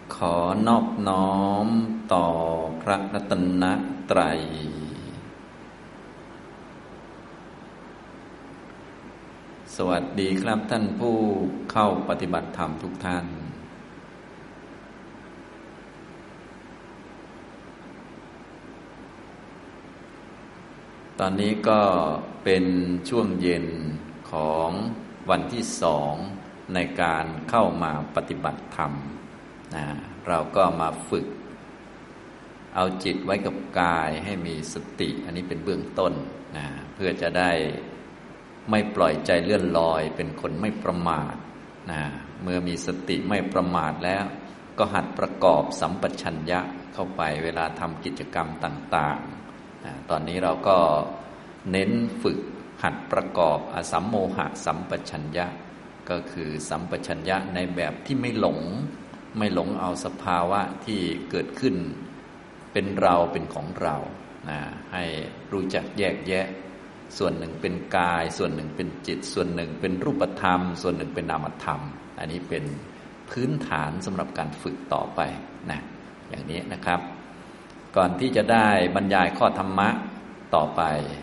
ขอนอบน้อมต่อพระรัตนตรัยสวัสดีครับท่านผู้เข้าปฏิบัติธรรมทุกท่านตอนนี้ก็เป็นช่วงเย็นของวันที่2ในการเข้ามาปฏิบัติธรรมเราก็มาฝึกเอาจิตไว้กับกายให้มีสติอันนี้เป็นเบื้องต้นเพื่อจะได้ไม่ปล่อยใจเลื่อนลอยเป็นคนไม่ประมาทเมื่อมีสติไม่ประมาทแล้วก็หัดประกอบสัมปชัญญะเข้าไปเวลาทำกิจกรรมต่างๆตอนนี้เราก็เน้นฝึกหัดประกอบอสัมโมหะสัมปชัญญะก็คือสัมปชัญญะในแบบที่ไม่หลงเอาสภาวะที่เกิดขึ้นเป็นเราเป็นของเราให้รู้จักแยกแยะส่วนหนึ่งเป็นกายส่วนหนึ่งเป็นจิตส่วนหนึ่งเป็นรูปธรรมส่วนหนึ่งเป็นนามธรรมอันนี้เป็นพื้นฐานสำหรับการฝึกต่อไปอย่างนี้นะครับก่อนที่จะได้บรรยายข้อธรรมะต่อไป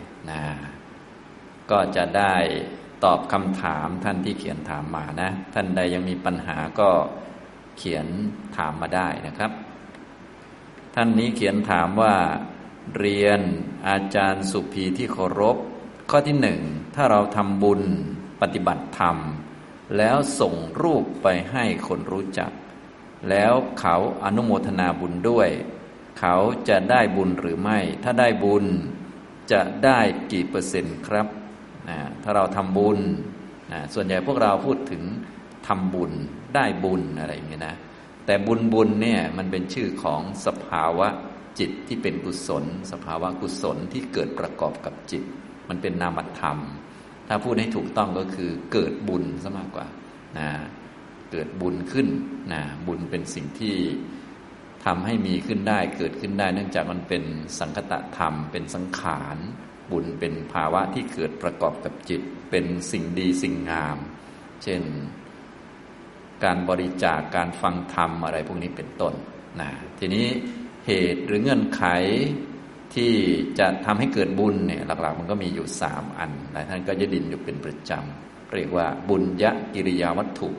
ก็จะได้ตอบคำถามท่านที่เขียนถามมานะท่านใดยังมีปัญหาก็เขียนถามมาได้นะครับท่านนี้เขียนถามว่าเรียนอาจารย์สุภีที่เคารพข้อที่1ถ้าเราทำบุญปฏิบัติธรรมแล้วส่งรูปไปให้คนรู้จักแล้วเขาอนุโมทนาบุญด้วยเขาจะได้บุญหรือไม่ถ้าได้บุญจะได้กี่เปอร์เซ็นต์ครับถ้าเราทำบุญส่วนใหญ่พวกเราพูดถึงทำบุญได้บุญอะไรอย่างนี้นะแต่บุญเนี่ยมันเป็นชื่อของสภาวะจิตที่เป็นกุศลสภาวะกุศลที่เกิดประกอบกับจิตมันเป็นนามธรรมถ้าพูดให้ถูกต้องก็คือเกิดบุญซะมากกว่าเกิดบุญขึ้นบุญเป็นสิ่งที่ทำให้มีขึ้นได้เกิดขึ้นได้เนื่องจากมันเป็นสังคตธรรมเป็นสังขารบุญเป็นภาวะที่เกิดประกอบกับจิตเป็นสิ่งดีสิ่งงามเช่นการบริจาคการฟังธรรมอะไรพวกนี้เป็นต้นทีนี้เหตุหรือเงื่อนไขที่จะทำให้เกิดบุญเนี่ยหลักๆมันก็มีอยู่3อันหลายท่านก็จะดินอยู่เป็นประจำเรียกว่าบุญยกิริยาวัตถุ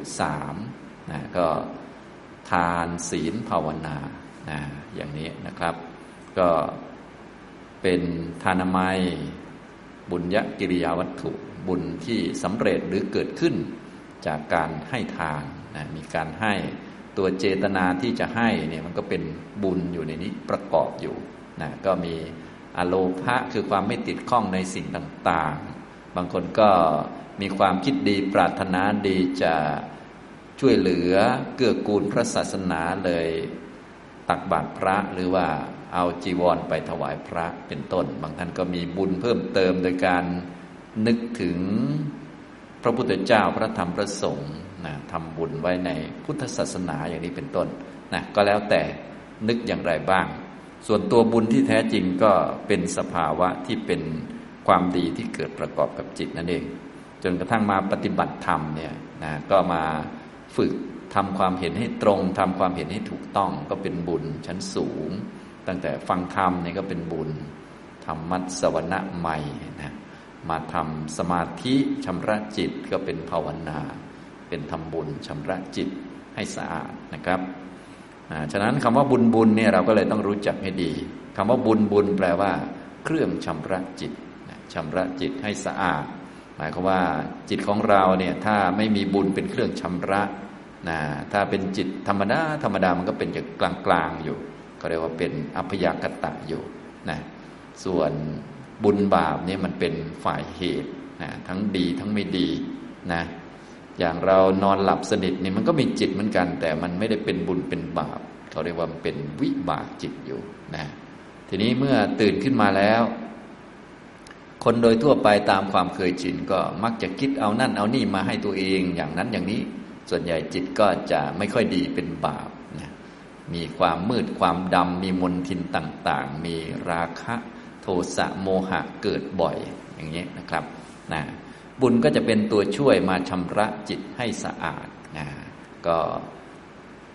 3ก็ทานศีลภาวนาอย่างนี้นะครับก็เป็นทานามัยบุญยกิริยาวัตถุบุญที่สำเร็จหรือเกิดขึ้นจากการให้ทานมีการให้ตัวเจตนาที่จะให้เนี่ยมันก็เป็นบุญอยู่ในนี้ประกอบอยู่ก็มีอโลภะคือความไม่ติดข้องในสิ่งต่างๆบางคนก็มีความคิดดีปรารถนาดีจะช่วยเหลือเกื้อกูลพระศาสนาเลยตักบาตรพระหรือว่าเอาจีวรไปถวายพระเป็นต้นบางท่านก็มีบุญเพิ่มเติมโดยการนึกถึงพระพุทธเจ้าพระธรรมพระสงฆ์ทำบุญไว้ในพุทธศาสนาอย่างนี้เป็นต้นก็แล้วแต่นึกอย่างไรบ้างส่วนตัวบุญที่แท้จริงก็เป็นสภาวะที่เป็นความดีที่เกิดประกอบกับจิตนั่นเองจนกระทั่งมาปฏิบัติธรรมเนี่ยก็มาฝึกทำความเห็นให้ตรงทำความเห็นให้ถูกต้องก็เป็นบุญชั้นสูงตั้งแต่ฟังธรรมนี่ก็เป็นบุญธรรมัสวนะใหม่มาทำสมาธิชำระจิตก็เป็นภาวนาเป็นทำบุญชำระจิตให้สะอาดนะครับฉะนั้นคำว่าบุญเนี่ยเราก็เลยต้องรู้จักให้ดีคำว่าบุญแปลว่าเครื่องชำระจิตชำระจิตให้สะอาดหมายความว่าจิตของเราเนี่ยถ้าไม่มีบุญเป็นเครื่องชำระถ้าเป็นจิตธรรมดามันก็เป็นจากกลางๆอยู่ก็เรียกว่าเป็นอัพยากตะอยู่ส่วนบุญบาปนี่มันเป็นฝ่ายเหตุทั้งดีทั้งไม่ดีอย่างเรานอนหลับสนิทนี่มันก็มีจิตเหมือนกันแต่มันไม่ได้เป็นบุญเป็นบาปเขาเรียกว่าเป็นวิบากจิตอยู่ทีนี้เมื่อตื่นขึ้นมาแล้วคนโดยทั่วไปตามความเคยชินก็มักจะคิดเอานั่นเอานี่มาให้ตัวเองอย่างนั้นอย่างนี้ส่วนใหญ่จิตก็จะไม่ค่อยดีเป็นบาปมีความมืดความดำมีมลทินต่างๆมีราคะโทสะโมหะเกิดบ่อยอย่างนี้นะครับบุญก็จะเป็นตัวช่วยมาชำระจิตให้สะอาดก็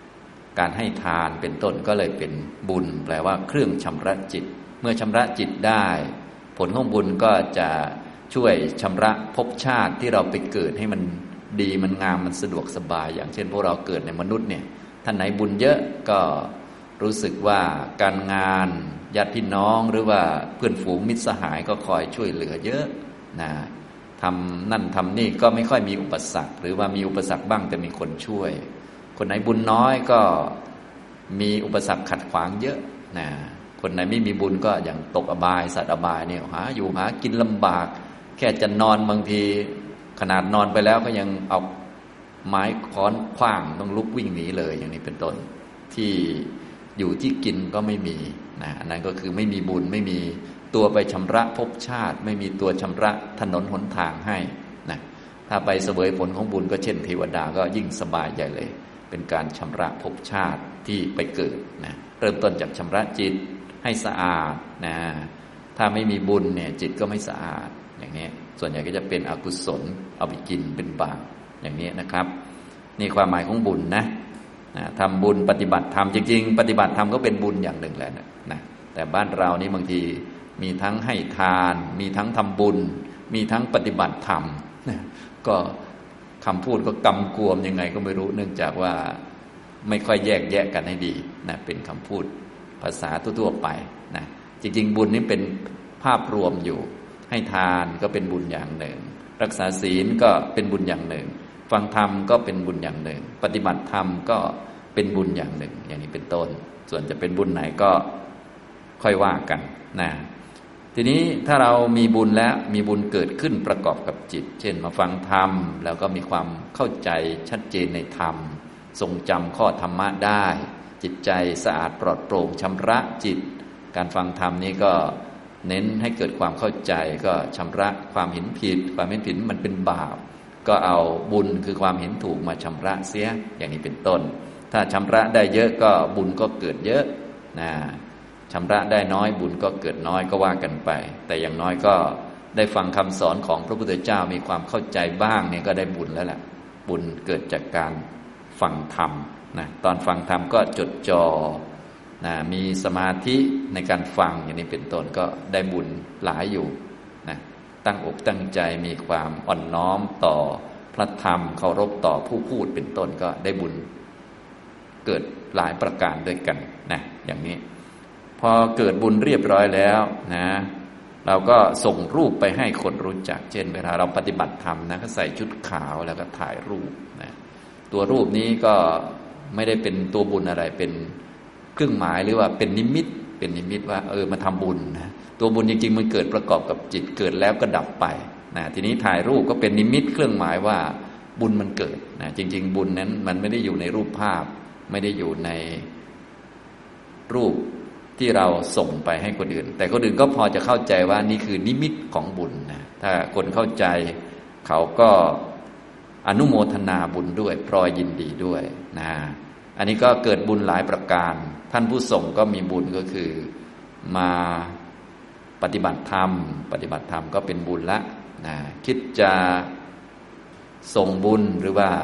การให้ทานเป็นต้นก็เลยเป็นบุญแปลว่าเครื่องชำระจิตเมื่อชำระจิตได้ผลของบุญก็จะช่วยชำระภพชาติที่เราไปเกิดให้มันดีมันงามมันสะดวกสบายอย่างเช่นพวกเราเกิดในมนุษย์เนี่ยท่านไหนบุญเยอะก็รู้สึกว่าการงานญาติพี่น้องหรือว่าเพื่อนฝูงมิตรสหายก็คอยช่วยเหลือเยอะนะทำนั่นทำนี่ก็ไม่ค่อยมีอุปสรรคหรือว่ามีอุปสรรคบ้างแต่มีคนช่วยคนไหนบุญน้อยก็มีอุปสรรคขัดขวางเยอะนะคนไหนไม่มีบุญก็อย่างตกอบายสัตว์อบายเนี่ยหาอยู่หากินลำบากแค่จะนอนบางทีขนาดนอนไปแล้วก็ยังเอาไม้ค้อนขว้างต้องลุกวิ่งหนีเลยอย่างนี้เป็นต้นที่อยู่ที่กินก็ไม่มีนะอันนั้นก็คือไม่มีบุญไม่มีตัวไปชำระภพชาติไม่มีตัวชำระถนนหนทางให้นะถ้าไปเสวยผลของบุญก็เช่นเทวดาก็ยิ่งสบายใหญ่เลยเป็นการชำระภพชาติที่ไปเกิดนะเริ่มต้นจากชำระจิตให้สะอาดนะถ้าไม่มีบุญเนี่ยจิตก็ไม่สะอาดอย่างนี้ส่วนใหญ่ก็จะเป็นอกุศลเอาไปกินเป็นบาปอย่างนี้นะครับนี่ความหมายของบุญนะทำบุญปฏิบัติธรรมจริงๆปฏิบัติธรรมก็เป็นบุญอย่างหนึ่งแหละนะแต่บ้านเรานี่บางทีมีทั้งให้ทานมีทั้งทำบุญมีทั้งปฏิบัติธรรมก็คำพูดก็กำกวมยังไงก็ไม่รู้เนื่องจากว่าไม่ค่อยแยกแยะกันให้ดีนะเป็นคำพูดภาษาทั่วๆไปนะจริงๆบุญนี้เป็นภาพรวมอยู่ให้ทานก็เป็นบุญอย่างหนึ่งรักษาศีลก็เป็นบุญอย่างหนึ่งฟังธรรมก็เป็นบุญอย่างหนึ่งปฏิบัติธรรมก็เป็นบุญอย่างหนึ่งอย่างนี้เป็นต้นส่วนจะเป็นบุญไหนก็ค่อยว่ากันนะทีนี้ถ้าเรามีบุญแล้วมีบุญเกิดขึ้นประกอบกับจิตเช่นมาฟังธรรมแล้วก็มีความเข้าใจชัดเจนในธรรมทรงจำข้อธรรมะได้จิตใจสะอาดปลอดโปร่งชำระจิตการฟังธรรมนี้ก็เน้นให้เกิดความเข้าใจก็ชำระความเห็นผิดความเห็นผิดมันเป็นบาปก็เอาบุญคือความเห็นถูกมาชำระเสียอย่างนี้เป็นต้นถ้าชำระได้เยอะก็บุญก็เกิดเยอะนะชำระได้น้อยบุญก็เกิดน้อยก็ว่ากันไปแต่อย่างน้อยก็ได้ฟังคำสอนของพระพุทธเจ้ามีความเข้าใจบ้างเนี่ยก็ได้บุญแล้วแหละบุญเกิดจากการฟังธรรมนะตอนฟังธรรมก็จดจ่อนะมีสมาธิในการฟังอย่างนี้เป็นต้นก็ได้บุญหลายอยู่นะตั้งอกตั้งใจมีความอ่อนน้อมต่อพระธรรมเคารพต่อผู้พูดเป็นต้นก็ได้บุญเกิดหลายประการด้วยกันนะอย่างนี้พอเกิดบุญเรียบร้อยแล้วนะเราก็ส่งรูปไปให้คนรู้จักเช่นเวลาเราปฏิบัติธรรมนะก็ใส่ชุดขาวแล้วก็ถ่ายรูปนะตัวรูปนี้ก็ไม่ได้เป็นตัวบุญอะไรเป็นเครื่องหมายหรือว่าเป็นนิมิตว่ามาทำบุญนะตัวบุญจริงๆมันเกิดประกอบกับจิตเกิดแล้วก็ดับไปนะทีนี้ถ่ายรูปก็เป็นนิมิตเครื่องหมายว่าบุญมันเกิดนะจริงๆบุญนั้นมันไม่ได้อยู่ในรูปภาพไม่ได้อยู่ในรูปที่เราส่งไปให้คนอื่นแต่คนอื่นก็พอจะเข้าใจว่านี่คือนิมิตของบุญนะถ้าคนเข้าใจเขาก็อนุโมทนาบุญด้วยพลอยยินดีด้วยนะอันนี้ก็เกิดบุญหลายประการท่านผู้ส่งก็มีบุญก็คือมาปฏิบัติธรรมก็เป็นบุญละนะคิดจะส่งบุญหรือว่า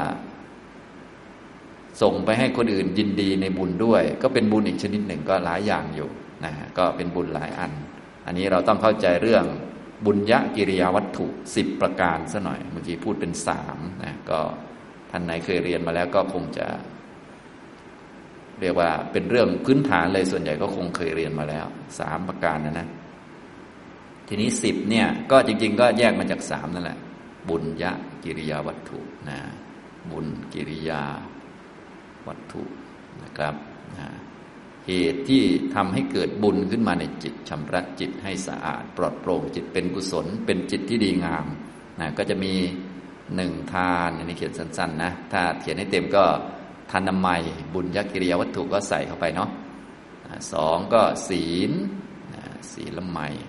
ส่งไปให้คนอื่นยินดีในบุญด้วยก็เป็นบุญอีกชนิดหนึ่งก็หลายอย่างอยู่นะก็เป็นบุญหลายอันนี้เราต้องเข้าใจเรื่องบุญญกิริยาวัตถุ10ประการซะหน่อยเมื่อกี้พูดเป็น3นะก็ท่านไหนเคยเรียนมาแล้วก็คงจะเรียกว่าเป็นเรื่องพื้นฐานเลยส่วนใหญ่ก็คงเคยเรียนมาแล้ว3ประการนะทีนี้10เนี่ยก็จริงๆก็แยกมาจาก3นั่นแหละบุญญกิริยาวัตถุนะบุญกิริยาวัตถุนะครับเหตุที่ทำให้เกิดบุญขึ้นมาในจิตชำระจิตให้สะอาดปลอดโปร่งจิตเป็นกุศลเป็นจิตที่ดีงามนะก็จะมี1ทานอันนี้เขียนสั้นๆนะถ้าเขียนให้เต็มก็ทานามัยบุญญกิริยาวัตถุก็ใส่เข้าไปเนาะ2ก็ศีลศีลไมย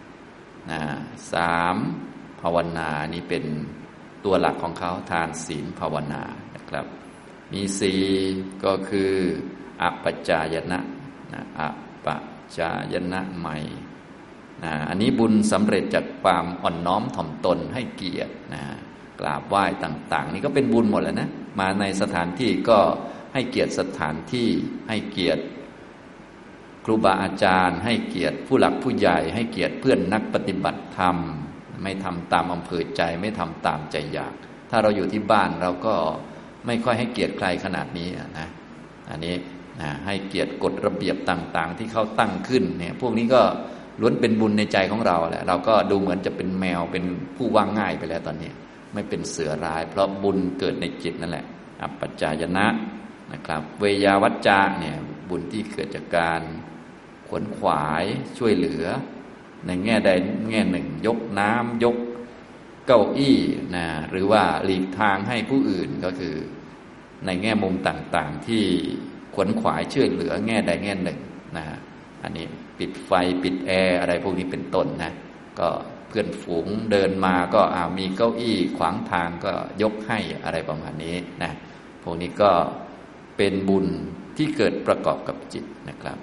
3ภาวนานี่เป็นตัวหลักของเขาทานศีลภาวนานะครับมี4ก็คืออัปปจายนะอัปปจายนะใหม่อันนี้บุญสำเร็จจากความอ่อนน้อมถ่อมตนให้เกียรติกราบไหว้ต่างๆนี่ก็เป็นบุญหมดแล้วนะมาในสถานที่ก็ให้เกียรติสถานที่ให้เกียรติครูบาอาจารย์ให้เกียรติผู้หลักผู้ใหญ่ให้เกียรติเพื่อนนักปฏิบัติธรรมไม่ทำตามอำเภอใจไม่ทำตามใจอยากถ้าเราอยู่ที่บ้านเราก็ไม่ค่อยให้เกียรติใครขนาดนี้นะอันนี้นะให้เกียรติกฎระเบียบต่างๆที่เขาตั้งขึ้นเนี่ยพวกนี้ก็ล้วนเป็นบุญในใจของเราแหละเราก็ดูเหมือนจะเป็นแมวเป็นผู้ว่าง่ายไปแล้วตอนนี้ไม่เป็นเสือร้ายเพราะบุญเกิดในจิตนั่นแหละอัปปัจจายนะนะครับเวยาวัจจะเนี่ยบุญที่เกิดจากการขวนขวายช่วยเหลือในแง่ใดแง่หนึ่งยกน้ำยกเก้าอี้นะหรือว่าหลีกทางให้ผู้อื่นก็คือในแง่มุมต่างๆที่ขวนขวายช่วยเหลือแง่ใดแง่หนึ่งนะอันนี้ปิดไฟปิดแอร์อะไรพวกนี้เป็นต้นนะก็เพื่อนฝูงเดินมาก็มีเก้าอี้ขวางทางก็ยกให้อะไรประมาณนี้นะพวกนี้ก็เป็นบุญที่เกิดประกอบกับจิตนะครับ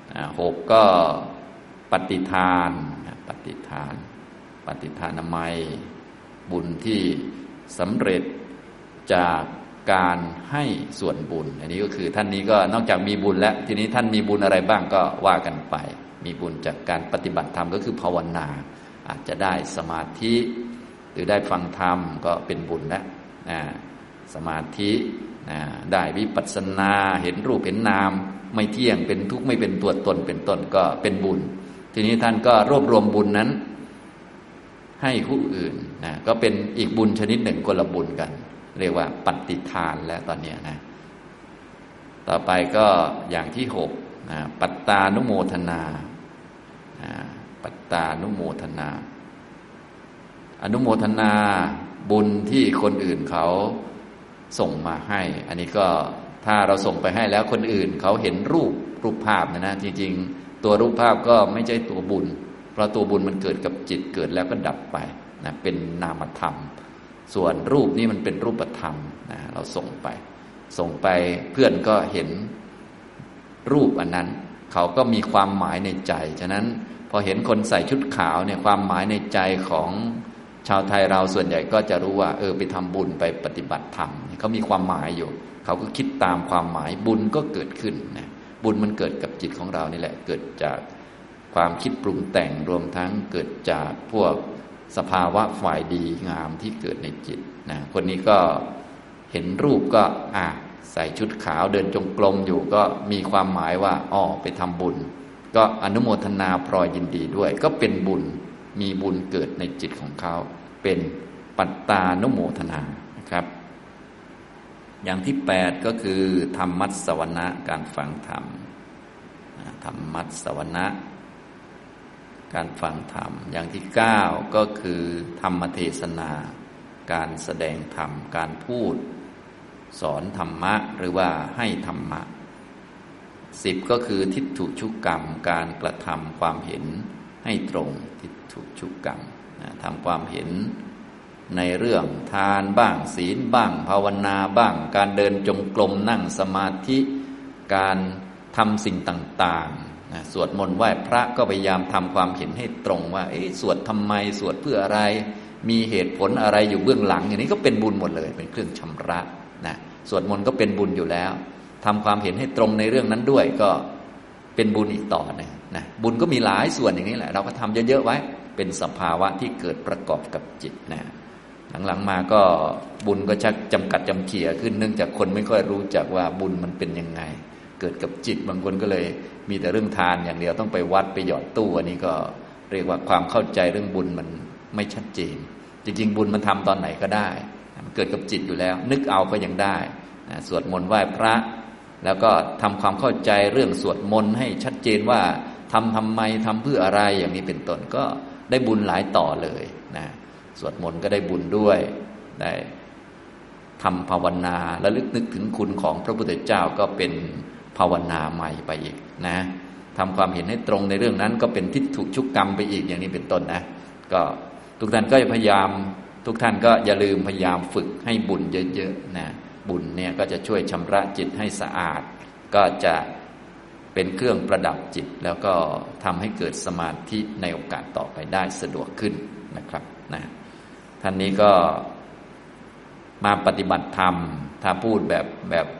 6ก็ปฏิทานปฏิทานามัยบุญที่สำเร็จจากการให้ส่วนบุญอันนี้ก็คือท่านนี้ก็นอกจากมีบุญแล้วทีนี้ท่านมีบุญอะไรบ้างก็ว่ากันไปมีบุญจากการปฏิบัติธรรมก็คือภาวนาอาจจะได้สมาธิหรือได้ฟังธรรมก็เป็นบุญแล้วสมาธิได้วิปัสสนาเห็นรูปเห็นนามไม่เที่ยงเป็นทุกข์ไม่เป็นตัวตนเป็นต้นก็เป็นบุญทีนี้ท่านก็รวบรวมบุญนั้นให้ผู้อื่นนะก็เป็นอีกบุญชนิดหนึ่งคนละบุญกันเรียกว่าปฏิทานแล้วตอนนี้นะต่อไปก็อย่างที่6ปัตตานุโมทนาปัตตานุโมทนาอนุโมทนาบุญที่คนอื่นเขาส่งมาให้อันนี้ก็ถ้าเราส่งไปให้แล้วคนอื่นเขาเห็นรูปภาพนะจริงๆตัวรูปภาพก็ไม่ใช่ตัวบุญเพราะตัวบุญมันเกิดกับจิตเกิดแล้วก็ดับไปนะเป็นนามธรรมส่วนรูปนี่มันเป็นรูปธรรมนะเราส่งไปเพื่อนก็เห็นรูปอันนั้นเขาก็มีความหมายในใจฉะนั้นพอเห็นคนใส่ชุดขาวเนี่ยความหมายในใจของชาวไทยเราส่วนใหญ่ก็จะรู้ว่าไปทำบุญไปปฏิบัติธรรมเขามีความหมายอยู่เขาก็คิดตามความหมายบุญก็เกิดขึ้นนะบุญมันเกิดกับจิตของเรานี่แหละเกิดจากความคิดปรุงแต่งรวมทั้งเกิดจากพวกสภาวะฝ่ายดีงามที่เกิดในจิตนะคนนี้ก็เห็นรูปก็ใส่ชุดขาวเดินจงกรมอยู่ก็มีความหมายว่าไปทำบุญก็อนุโมทนาพลอยยินดีด้วยก็เป็นบุญมีบุญเกิดในจิตของเขาเป็นปัตตานุโมทนานะครับอย่างที่8ก็คือธรรมัสสวนะการฟังธรรมธรรมัสสวนะการฟังธรรมอย่างที่9ก็คือธรรมเทศนาการแสดงธรรมการพูดสอนธรรมะหรือว่าให้ธรรมะ10ก็คือทิฏฐุชุกกรรมการกระทำความเห็นให้ตรงทิฏฐุชุกกรรมทำความเห็นในเรื่องทานบ้างศีลบ้างภาวนาบ้างการเดินจงกรมนั่งสมาธิการทำสิ่งต่างๆสวดมนต์ไหว้พระก็พยายามทำความเห็นให้ตรงว่าสวดทำไมสวดเพื่ออะไรมีเหตุผลอะไรอยู่เบื้องหลังอย่างนี้ก็เป็นบุญหมดเลยเป็นเครื่องชำระนะสวดมนต์ก็เป็นบุญอยู่แล้วทำความเห็นให้ตรงในเรื่องนั้นด้วยก็เป็นบุญอีกต่อหนึ่งนะบุญก็มีหลายส่วนอย่างนี้แหละเราก็ทำเยอะๆไว้เป็นสภาวะที่เกิดประกอบกับจิตนะหลังๆมาก็บุญก็ชักจำกัดจำเขี่ยขึ้นเนื่องจากคนไม่ค่อยรู้จักว่าบุญมันเป็นยังไงเกิดกับจิตบางคนก็เลยมีแต่เรื่องทานอย่างเดียวต้องไปวัดไปหยอดตู้อันนี้ก็เรียกว่าความเข้าใจเรื่องบุญมันไม่ชัดเจนจริงๆบุญมันทำตอนไหนก็ได้มันเกิดกับจิตอยู่แล้วนึกเอาก็ยังได้สวดมนต์ไหว้พระแล้วก็ทำความเข้าใจเรื่องสวดมนต์ให้ชัดเจนว่าทำไมทำเพื่ออะไรอย่างนี้เป็นต้นก็ได้บุญหลายต่อเลยนะสวดมนต์ก็ได้บุญด้วยได้ทำภาวนาและลึกนึกถึงคุณของพระพุทธเจ้าก็เป็นภาวนาใหม่ไปอีกนะทำความเห็นให้ตรงในเรื่องนั้นก็เป็นทิฏฐุชุกกรรมไปอีกอย่างนี้เป็นต้นนะก็ทุกท่านก็พยายามทุกท่านก็อย่าลืมพยายามฝึกให้บุญเยอะๆนะบุญเนี่ยก็จะช่วยชำระจิตให้สะอาดก็จะเป็นเครื่องประดับจิตแล้วก็ทำให้เกิดสมาธิในโอกาสต่อไปได้สะดวกขึ้นนะครับนะท่านนี้ก็มาปฏิบัติธรรมถ้าพูดแบบ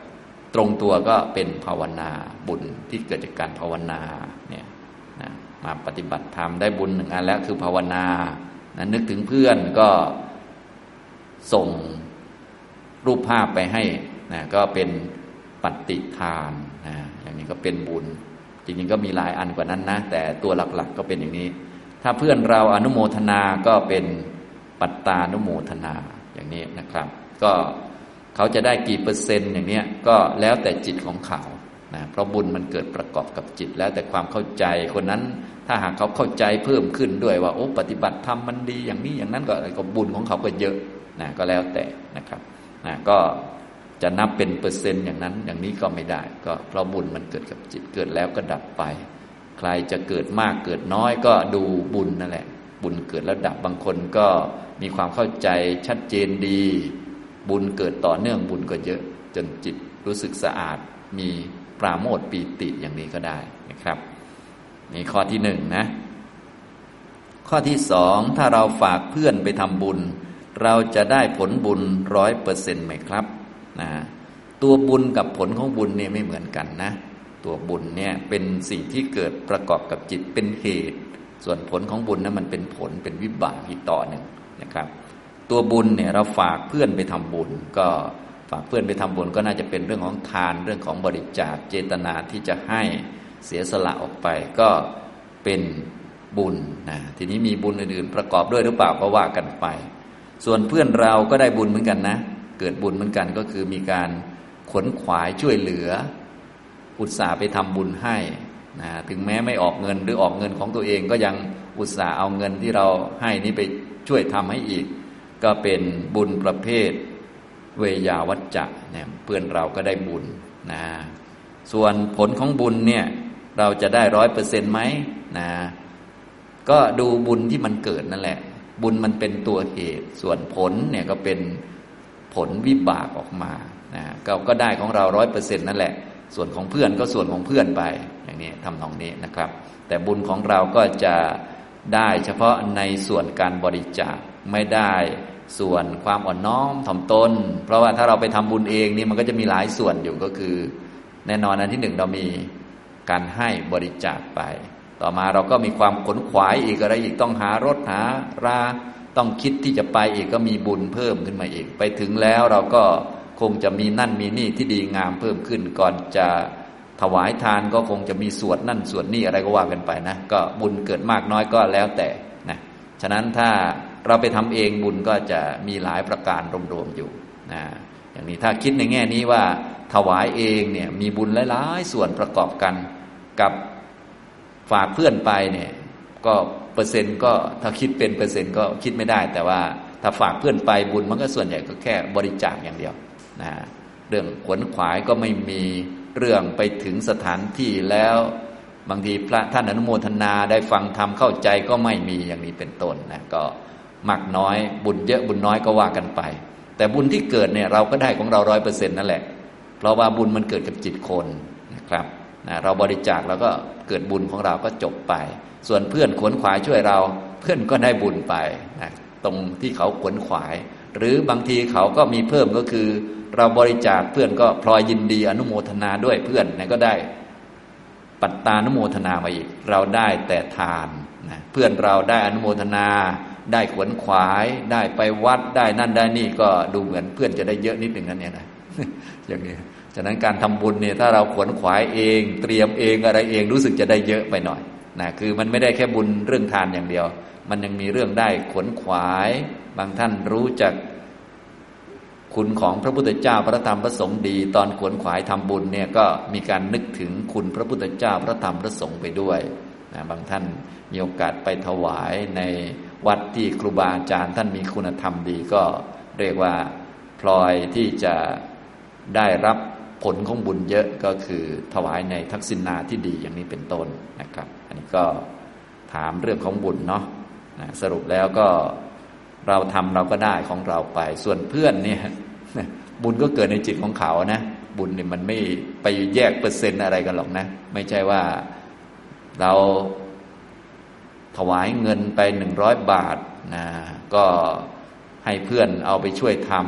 ตรงตัวก็เป็นภาวนาบุญที่เกิดจากการภาวนาเนี่ยนะมาปฏิบัติธรรมได้บุญหนึ่งอันแล้วคือภาวนานะนึกถึงเพื่อนก็ส่งรูปภาพไปให้นะก็เป็นปฏิทานนะอย่างนี้ก็เป็นบุญจริงๆก็มีหลายอันกว่านั้นนะแต่ตัวหลักๆก็เป็นอย่างนี้ถ้าเพื่อนเราอนุโมทนาก็เป็นปัตตานุโมทนาอย่างนี้นะครับก็เขาจะได้กี่เปอร์เซ็นต์อย่างนี้ก็แล้วแต่จิตของเขานะเพราะบุญมันเกิดประกอบกับจิตแล้วแต่ความเข้าใจคนนั้นถ้าหากเขาเข้าใจเพิ่มขึ้นด้วยว่าโอ้ปฏิบัติธรรมมันดีอย่างนี้อย่างนั้นก็บุญของเขาก็เยอะนะก็แล้วแต่นะครับนะก็จะนับเป็นเปอร์เซ็นต์อย่างนั้นอย่างนี้ก็ไม่ได้ก็เพราะบุญมันเกิดกับจิตเกิดแล้วก็ดับไปใครจะเกิดมากเกิดน้อยก็ดูบุญนั่นแหละบุญเกิดแล้วดับบางคนก็มีความเข้าใจชัดเจนดีบุญเกิดต่อเนื่องบุญก็เยอะจนจิตรู้สึกสะอาดมีปราโมทย์ปีติอย่างนี้ก็ได้นะครับนี่ข้อที่หนึ่งนะข้อที่สองถ้าเราฝากเพื่อนไปทำบุญเราจะได้ผลบุญ100%ไหมครับนะตัวบุญกับผลของบุญเนี่ยไม่เหมือนกันนะตัวบุญเนี่ยเป็นสิ่งที่เกิดประกอบกับจิตเป็นเหตุส่วนผลของบุญนั้นมันเป็นผลเป็นวิบากอีกต่อหนึ่งนะครับตัวบุญเนี่ยเราฝากเพื่อนไปทำบุญก็ฝากเพื่อนไปทำบุญก็น่าจะเป็นเรื่องของทานเรื่องของบริจาคเจตนาที่จะให้เสียสละออกไปก็เป็นบุญนะทีนี้มีบุญอื่นๆประกอบด้วยหรือเปล่าก็ว่ากันไปส่วนเพื่อนเราก็ได้บุญเหมือนกันนะเกิดบุญเหมือนกันก็คือมีการขวนขวายช่วยเหลืออุตส่าห์ไปทำบุญให้นะถึงแม้ไม่ออกเงินหรือออกเงินของตัวเองก็ยังอุตส่าห์เอาเงินที่เราให้นี้ไปช่วยทำให้อีกก็เป็นบุญประเภทเวยาวัจจะเนี่ยเพื่อนเราก็ได้บุญนะส่วนผลของบุญเนี่ยเราจะได้100%ไหมนะก็ดูบุญที่มันเกิดนั่นแหละบุญมันเป็นตัวเหตุส่วนผลเนี่ยก็เป็นผลวิบากออกมานะก็ได้ของเรา100%นั่นแหละส่วนของเพื่อนก็ส่วนของเพื่อนไปอย่างนี้ทำนองนี้นะครับแต่บุญของเราก็จะได้เฉพาะในส่วนการบริจาคไม่ได้ส่วนความอ่อนน้อมถ่อมตนเพราะว่าถ้าเราไปทำบุญเองนี่มันก็จะมีหลายส่วนอยู่ก็คือแน่นอนอันที่หนึ่งเรามีการให้บริจาคไปต่อมาเราก็มีความขนขวายอีกอะไรอีกต้องหารถหาราต้องคิดที่จะไปอีกก็มีบุญเพิ่มขึ้นมาอีกไปถึงแล้วเราก็คงจะมีนั่นมีนี่ที่ดีงามเพิ่มขึ้นก่อนจะถวายทานก็คงจะมีสวดนั่นสวดนี่อะไรก็ว่ากันไปนะก็บุญเกิดมากน้อยก็แล้วแต่นะฉะนั้นถ้าเราไปทำเองบุญก็จะมีหลายประการรวมๆอยู่นะอย่างนี้ถ้าคิดในแง่นี้ว่าถวายเองเนี่ยมีบุญหลายๆส่วนประกอบกันกับฝากเพื่อนไปเนี่ยก็เปอร์เซ็นต์ก็ถ้าคิดเป็นเปอร์เซ็นต์ก็คิดไม่ได้แต่ว่าถ้าฝากเพื่อนไปบุญมันก็ส่วนใหญ่ก็แค่บริจาคอย่างเดียวนะเรื่องขวนขวายก็ไม่มีเรื่องไปถึงสถานที่แล้วบางทีพระท่านอนุโมทนาได้ฟังธรรมเข้าใจก็ไม่มีอย่างนี้เป็นต้นนะก็มากน้อยบุญเยอะบุญน้อยก็ว่ากันไปแต่บุญที่เกิดเนี่ยเราก็ได้ของเรา100%นั่นแหละเพราะว่าบุญมันเกิดกับจิตคนนะครับนะเราบริจาคแล้วก็เกิดบุญของเราก็จบไปส่วนเพื่อนขวนขวายช่วยเราเพื่อนก็ได้บุญไปนะตรงที่เขาขวนขวายหรือบางทีเขาก็มีเพิ่มก็คือเราบริจาคเพื่อนก็พลอยยินดีอนุโมทนาด้วยเพื่อนนะก็ได้ปัตตานุโมทนามาอีกเราได้แต่ทานนะเพื่อนเราได้อนุโมทนาได้ขวนขวายได้ไปวัดได้นั่นได้นี่ก็ดูเหมือนเพื่อนจะได้เยอะนิดหนึ่งนั่นเนี่ยนะ อย่างนี้ฉะนั้นการทำบุญเนี่ยถ้าเราขวนขวายเองเตรียมเองอะไรเองรู้สึกจะได้เยอะไปหน่อยนะคือมันไม่ได้แค่บุญเรื่องทานอย่างเดียวมันยังมีเรื่องได้ขวนขวายบางท่านรู้จักคุณของพระพุทธเจ้าพระธรรมพระสงฆ์ดีตอนขวนขวายทำบุญเนี่ยก็มีการนึกถึงคุณพระพุทธเจ้าพระธรรมพระสงฆ์ไปด้วยนะบางท่านมีโอกาสไปถวายในวัดที่ครูบาอาจารย์ท่านมีคุณธรรมดีก็เรียกว่าพลอยที่จะได้รับผลของบุญเยอะก็คือถวายในทักษิณาที่ดีอย่างนี้เป็นต้นนะครับอันนี้ก็ถามเรื่องของบุญเนาะสรุปแล้วก็เราทำเราก็ได้ของเราไปส่วนเพื่อนเนี่ยบุญก็เกิดในจิตของเขานะบุญเนี่ยมันไม่ไปแยกเปอร์เซ็นต์อะไรกันหรอกนะไม่ใช่ว่าเราถวายเงินไป100 บาทนะก็ให้เพื่อนเอาไปช่วยทำ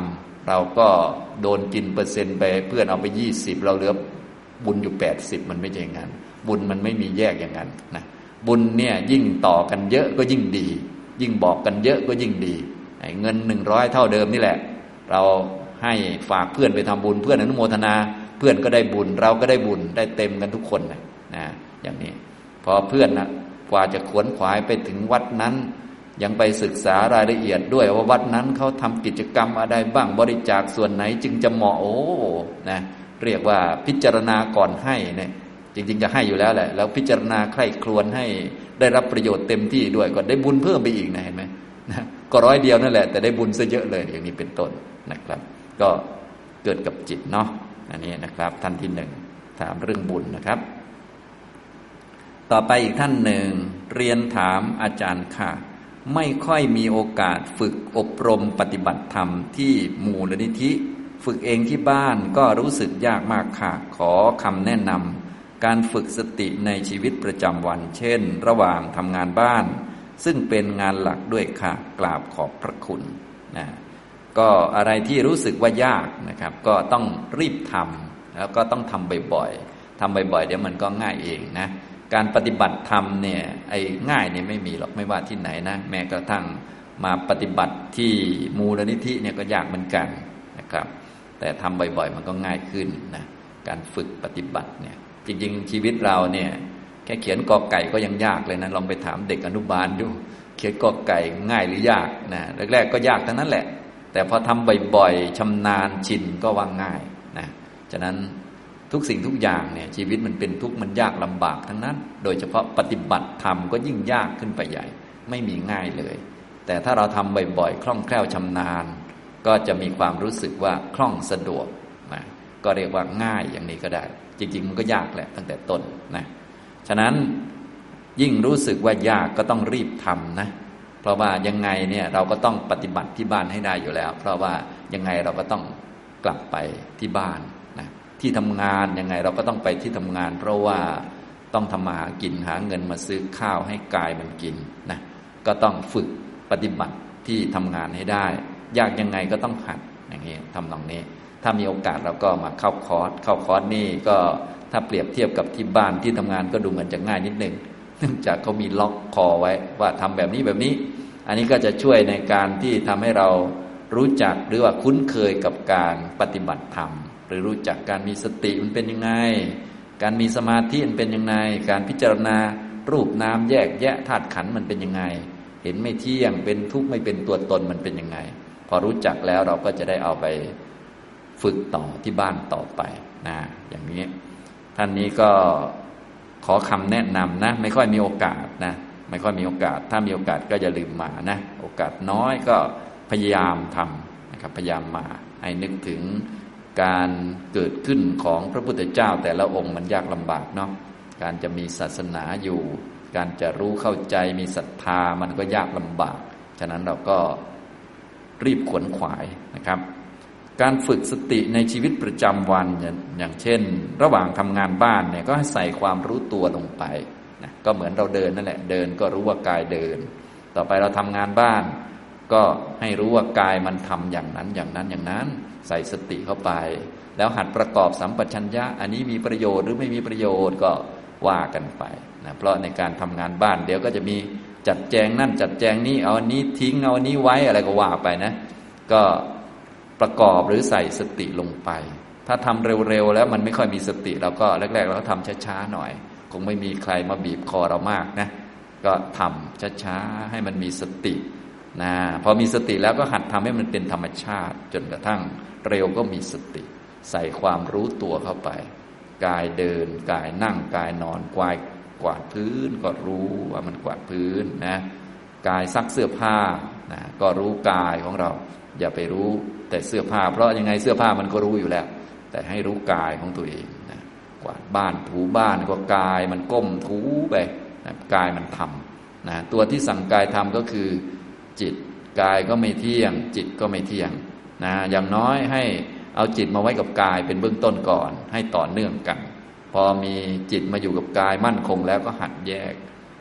เราก็โดนกินเปอร์เซ็นต์ไปเพื่อนเอาไป20เราเหลือบุญอยู่80มันไม่ใช่อย่างนั้นบุญมันไม่มีแยกอย่างนั้นนะบุญเนี่ยยิ่งต่อกันเยอะก็ยิ่งดียิ่งบอกกันเยอะก็ยิ่งดีเงิน100เท่าเดิมนี่แหละเราให้ฝากเพื่อนไปทำบุญเพื่อนอนุโมทนาเพื่อนก็ได้บุญเราก็ได้บุญได้เต็มกันทุกคนนะอย่างนี้พอเพื่อนนะกว่าจะขวนขวายไปถึงวัดนั้นยังไปศึกษารายละเอียดด้วยว่าวัดนั้นเขาทำกิจกรรมอะไรบ้างบริจาคส่วนไหนจึงจะเหมาะนะเรียกว่าพิจารณาก่อนให้เนี่ยจริงๆจะให้อยู่แล้วแหละแล้วพิจารณาใคร่ครวญให้ได้รับประโยชน์เต็มที่ด้วยก็ได้บุญเพิ่มไปอีกนะเห็นไหมนะก็100เดียวนั่นแหละแต่ได้บุญซะเยอะเลยอย่างนี้เป็นต้นนะครับก็เกิดกับจิตเนาะอันนี้นะครับท่านที่หนึ่งถามเรื่องบุญนะครับต่อไปอีกท่านหนึ่งเรียนถามอาจารย์ค่ะไม่ค่อยมีโอกาสฝึกอบรมปฏิบัติธรรมที่มูลนิธิฝึกเองที่บ้านก็รู้สึกยากมากค่ะขอคำแนะนำการฝึกสติในชีวิตประจำวันเช่นระหว่างทำงานบ้านซึ่งเป็นงานหลักด้วยค่ะกราบขอบพระคุณนะก็อะไรที่รู้สึกว่ายากนะครับก็ต้องรีบทำแล้วก็ต้องทำบ่อยๆทำบ่อยๆเดี๋ยวมันก็ง่ายเองนะการปฏิบัติธรรมเนี่ยง่ายเนี่ยไม่มีหรอกไม่ว่าที่ไหนนะแม้กระทั่งมาปฏิบัติที่มูลนิธิเนี่ยก็ยากเหมือนกันนะครับแต่ทำบ่อยๆมันก็ง่ายขึ้นนะการฝึกปฏิบัติเนี่ยจริงๆชีวิตเราเนี่ยแค่เขียนกอไก่ก็ยังยากเลยนะลองไปถามเด็กอนุบาลดูเขียนกอไก่ง่ายหรือยากนะแรกๆก็ยากทั้งนั้นแหละแต่พอทำบ่อยๆชำนาญชินก็ว่าง่ายนะฉะนั้นทุกสิ่งทุกอย่างเนี่ยชีวิตมันเป็นทุกข์มันยากลำบากทั้งนั้นโดยเฉพาะปฏิบัติธรรมก็ยิ่งยากขึ้นไปใหญ่ไม่มีง่ายเลยแต่ถ้าเราทำบ่อยๆคล่องแคล่วชำนาญก็จะมีความรู้สึกว่าคล่องสะดวกนะก็เรียกว่าง่ายอย่างนี้ก็ได้จริงๆมันก็ยากแหละตั้งแต่ต้นนะฉะนั้นยิ่งรู้สึกว่ายากก็ต้องรีบทำนะเพราะว่ายังไงเนี่ยเราก็ต้องปฏิบัติที่บ้านให้ได้อยู่แล้วเพราะว่ายังไงเราก็ต้องกลับไปที่บ้านนะที่ทำงานยังไงเราก็ต้องไปที่ทำงานเพราะว่าต้องทำมาหากินหาเงินมาซื้อข้าวให้กายมันกินนะก็ต้องฝึกปฏิบัติที่ทำงานให้ได้ยากยังไงก็ต้องหัดอย่างนี้ทำตรงนี้ถ้ามีโอกาสเราก็มาเข้าคอร์สนี่ก็ถ้าเปรียบเทียบกับที่บ้านที่ทำงานก็ดูเหมือนจะง่ายนิดนึงเนื่องจากเขามีล็อกคอไว้ว่าทำแบบนี้แบบนี้อันนี้ก็จะช่วยในการที่ทำให้เรารู้จักหรือว่าคุ้นเคยกับการปฏิบัติธรรมหรือรู้จักการมีสติมันเป็นยังไงการมีสมาธิมันเป็นยังไงการพิจารณารูปนามแยกแยะธาตุขันธ์มันเป็นยังไงเห็นไม่เที่ยงเป็นทุกข์ไม่เป็นตัวตนมันเป็นยังไงพอรู้จักแล้วเราก็จะได้เอาไปฝึกต่อที่บ้านต่อไปนะอย่างนี้ท่านนี้ก็ขอคำแนะนำนะไม่ค่อยมีโอกาสนะไม่ค่อยมีโอกาสถ้ามีโอกาสก็อย่าลืมมานะโอกาสน้อยก็พยายามทำนะครับพยายามมาให้นึกถึงการเกิดขึ้นของพระพุทธเจ้าแต่ละองค์มันยากลำบากเนาะการจะมีศาสนาอยู่การจะรู้เข้าใจมีศรัทธามันก็ยากลำบากฉะนั้นเราก็รีบขวนขวายนะครับการฝึกสติในชีวิตประจำวันอย่างเช่นระหว่างทำงานบ้านเนี่ยก็ให้ใส่ความรู้ตัวลงไปนะก็เหมือนเราเดินนั่นแหละเดินก็รู้ว่ากายเดินต่อไปเราทำงานบ้านก็ให้รู้ว่ากายมันทำอย่างนั้นอย่างนั้นอย่างนั้นใส่สติเข้าไปแล้วหัดประกอบสัมปชัญญะอันนี้มีประโยชน์หรือไม่มีประโยชน์ก็ว่ากันไปนะเพราะในการทำงานบ้านเดี๋ยวก็จะมีจัดแจงนั่นจัดแจงนี้เอาอันนี้ทิ้งเอาอันนี้ไว้อะไรก็ว่าไปนะก็ประกอบหรือใส่สติลงไปถ้าทำเร็วๆแล้วมันไม่ค่อยมีสติเราก็แรกๆเราก็ทำช้าๆหน่อยคงไม่มีใครมาบีบคอเรามากนะก็ทำช้าๆให้มันมีสตินะพอมีสติแล้วก็หัดทำให้มันเป็นธรรมชาติจนกระทั่งเร็วก็มีสติใส่ความรู้ตัวเข้าไปกายเดินกายนั่งกายนอนกวาดพื้นก็รู้ว่ามันกวาดพื้นนะกายซักเสื้อผ้านะก็รู้กายของเราอย่าไปรู้แต่เสื้อผ้าเพราะยังไงเสื้อผ้ามันก็รู้อยู่แล้วแต่ให้รู้กายของตัวเองนะกวาดบ้านถูบ้านก็กายมันก้มถูไปนะกายมันทำนะตัวที่สั่งกายทำก็คือจิตกายก็ไม่เที่ยงจิตก็ไม่เที่ยงนะอย่างน้อยให้เอาจิตมาไว้กับกายเป็นเบื้องต้นก่อนให้ต่อเนื่องกันพอมีจิตมาอยู่กับกายมั่นคงแล้วก็หัดแยก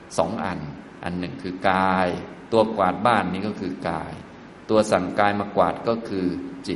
2อันหนึ่งคือกายตัวกวาดบ้านนี้ก็คือกายตัวสั่งกายมากวาดก็คือจิต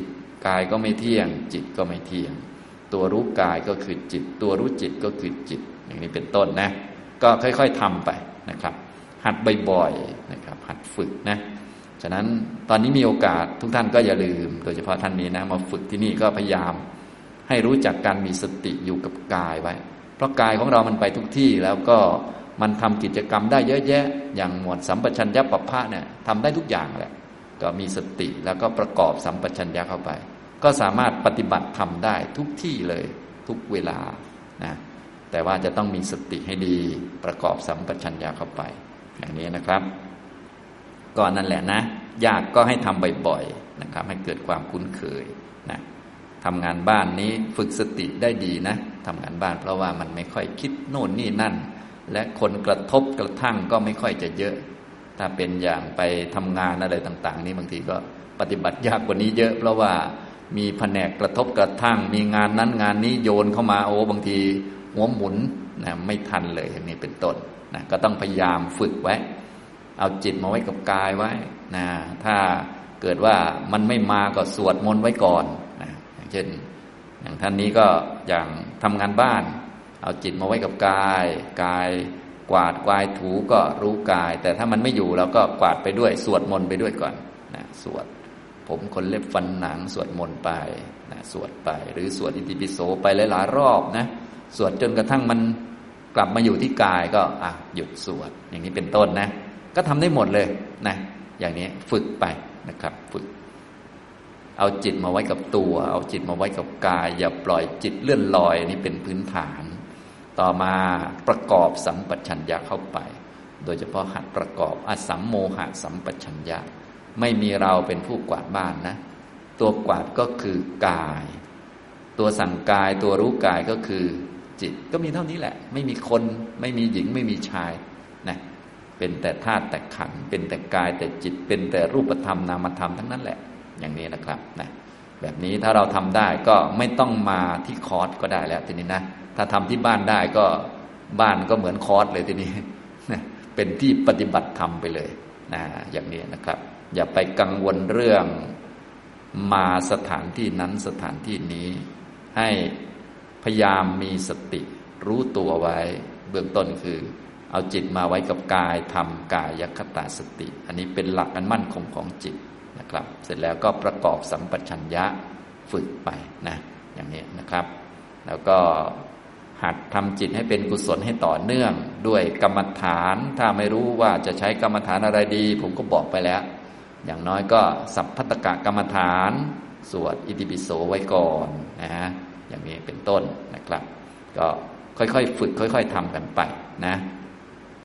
กายก็ไม่เที่ยงจิตก็ไม่เที่ยงตัวรู้กายก็คือจิตตัวรู้จิตก็คือจิตอย่างนี้เป็นต้นนะก็ค่อยๆทำไปนะครับหัดบ่อยๆนะครับหัดฝึกนะฉะนั้นตอนนี้มีโอกาสทุกท่านก็อย่าลืมโดยเฉพาะท่านนี้นะมาฝึกที่นี่ก็พยายามให้รู้จักการมีสติอยู่กับกายไว้เพราะกายของเรามันไปทุกที่แล้วก็มันทำกิจกรรมได้เยอะแยะอย่างหมวดสัมปชัญญะปัปพะเนี่ยทำได้ทุกอย่างแหละก็มีสติแล้วก็ประกอบสัมปชัญญะเข้าไปก็สามารถปฏิบัติทำได้ทุกที่เลยทุกเวลานะแต่ว่าจะต้องมีสติให้ดีประกอบสัมปชัญญะเข้าไปอย่างนี้นะครับก็นั่นแหละนะยากก็ให้ทำบ่อยๆนะครับให้เกิดความคุ้นเคยนะทำงานบ้านนี้ฝึกสติได้ดีนะทำงานบ้านเพราะว่ามันไม่ค่อยคิดโน่นนี่นั่นและคนกระทบกระทั่งก็ไม่ค่อยจะเยอะถ้าเป็นอย่างไปทำงานอะไรต่างๆนี่บางทีก็ปฏิบัติยากกว่านี้เยอะเพราะว่ามีแผนกกระทบกระทั่งมีงานนั้นงานนี้โยนเข้ามาโอ้บางทีหัวหมุนนะไม่ทันเลยอย่างนี้เป็นต้นนะก็ต้องพยายามฝึกไว้เอาจิตมาไว้กับกายไว้นะถ้าเกิดว่ามันไม่มาก็สวดมนต์ไว้ก่อนนะอย่างเช่นอย่างท่านนี้ก็อย่างทำงานบ้านเอาจิตมาไว้กับกายกายกวาดกวายถูก็รู้กายแต่ถ้ามันไม่อยู่เราก็กวาดไปด้วยสวดมนต์ไปด้วยก่อนนะสวดผมขนเล็บฟันหนังสวดมนต์ไปนะสวดไปหรือสวดอิติปิโสไปหลายๆรอบนะสวดจนกระทั่งมันกลับมาอยู่ที่กายก็หยุดสวดอย่างนี้เป็นต้นนะก็ทำได้หมดเลยนะอย่างนี้ฝึกไปนะครับฝึกเอาจิตมาไว้กับตัวเอาจิตมาไว้กับกายอย่าปล่อยจิตเลื่อนลอยนี่เป็นพื้นฐานต่อมาประกอบสัมปชัญญะเข้าไปโดยเฉพาะหัดประกอบอสัมโมหะสัมปชัญญะไม่มีเราเป็นผู้กวาดบ้านนะตัวกวาดก็คือกายตัวสั่งกายตัวรู้กายก็คือจิตก็มีเท่านี้แหละไม่มีคนไม่มีหญิงไม่มีชายนะเป็นแต่ธาตุแต่ขันธ์เป็นแต่กายแต่จิตเป็นแต่รูปธรรมนามธรรมทั้งนั้นแหละอย่างนี้นะครับนะแบบนี้ถ้าเราทำได้ก็ไม่ต้องมาที่คอร์สก็ได้แล้วทีนี้นะถ้าทำที่บ้านได้ก็บ้านก็เหมือนคอร์สเลยทีนี้เป็นที่ปฏิบัติธรรมไปเลยนะอย่างนี้นะครับอย่าไปกังวลเรื่องมาสถานที่นั้นสถานที่นี้ให้พยายามมีสติรู้ตัวไว้เบื้องต้นคือเอาจิตมาไว้กับกายทำกายคตาสติอันนี้เป็นหลักอันมั่นคงของจิตนะครับเสร็จแล้วก็ประกอบสัมปชัญญะฝึกไปนะอย่างนี้นะครับแล้วก็หัดทำจิตให้เป็นกุศลให้ต่อเนื่องด้วยกรรมฐานถ้าไม่รู้ว่าจะใช้กรรมฐานอะไรดีผมก็บอกไปแล้วอย่างน้อยก็สัพพตกะกรรมฐานสวดอิติปิโสไว้ก่อนนะอย่างนี้เป็นต้นนะครับก็ค่อยๆฝึกค่อยๆทำกันไปนะ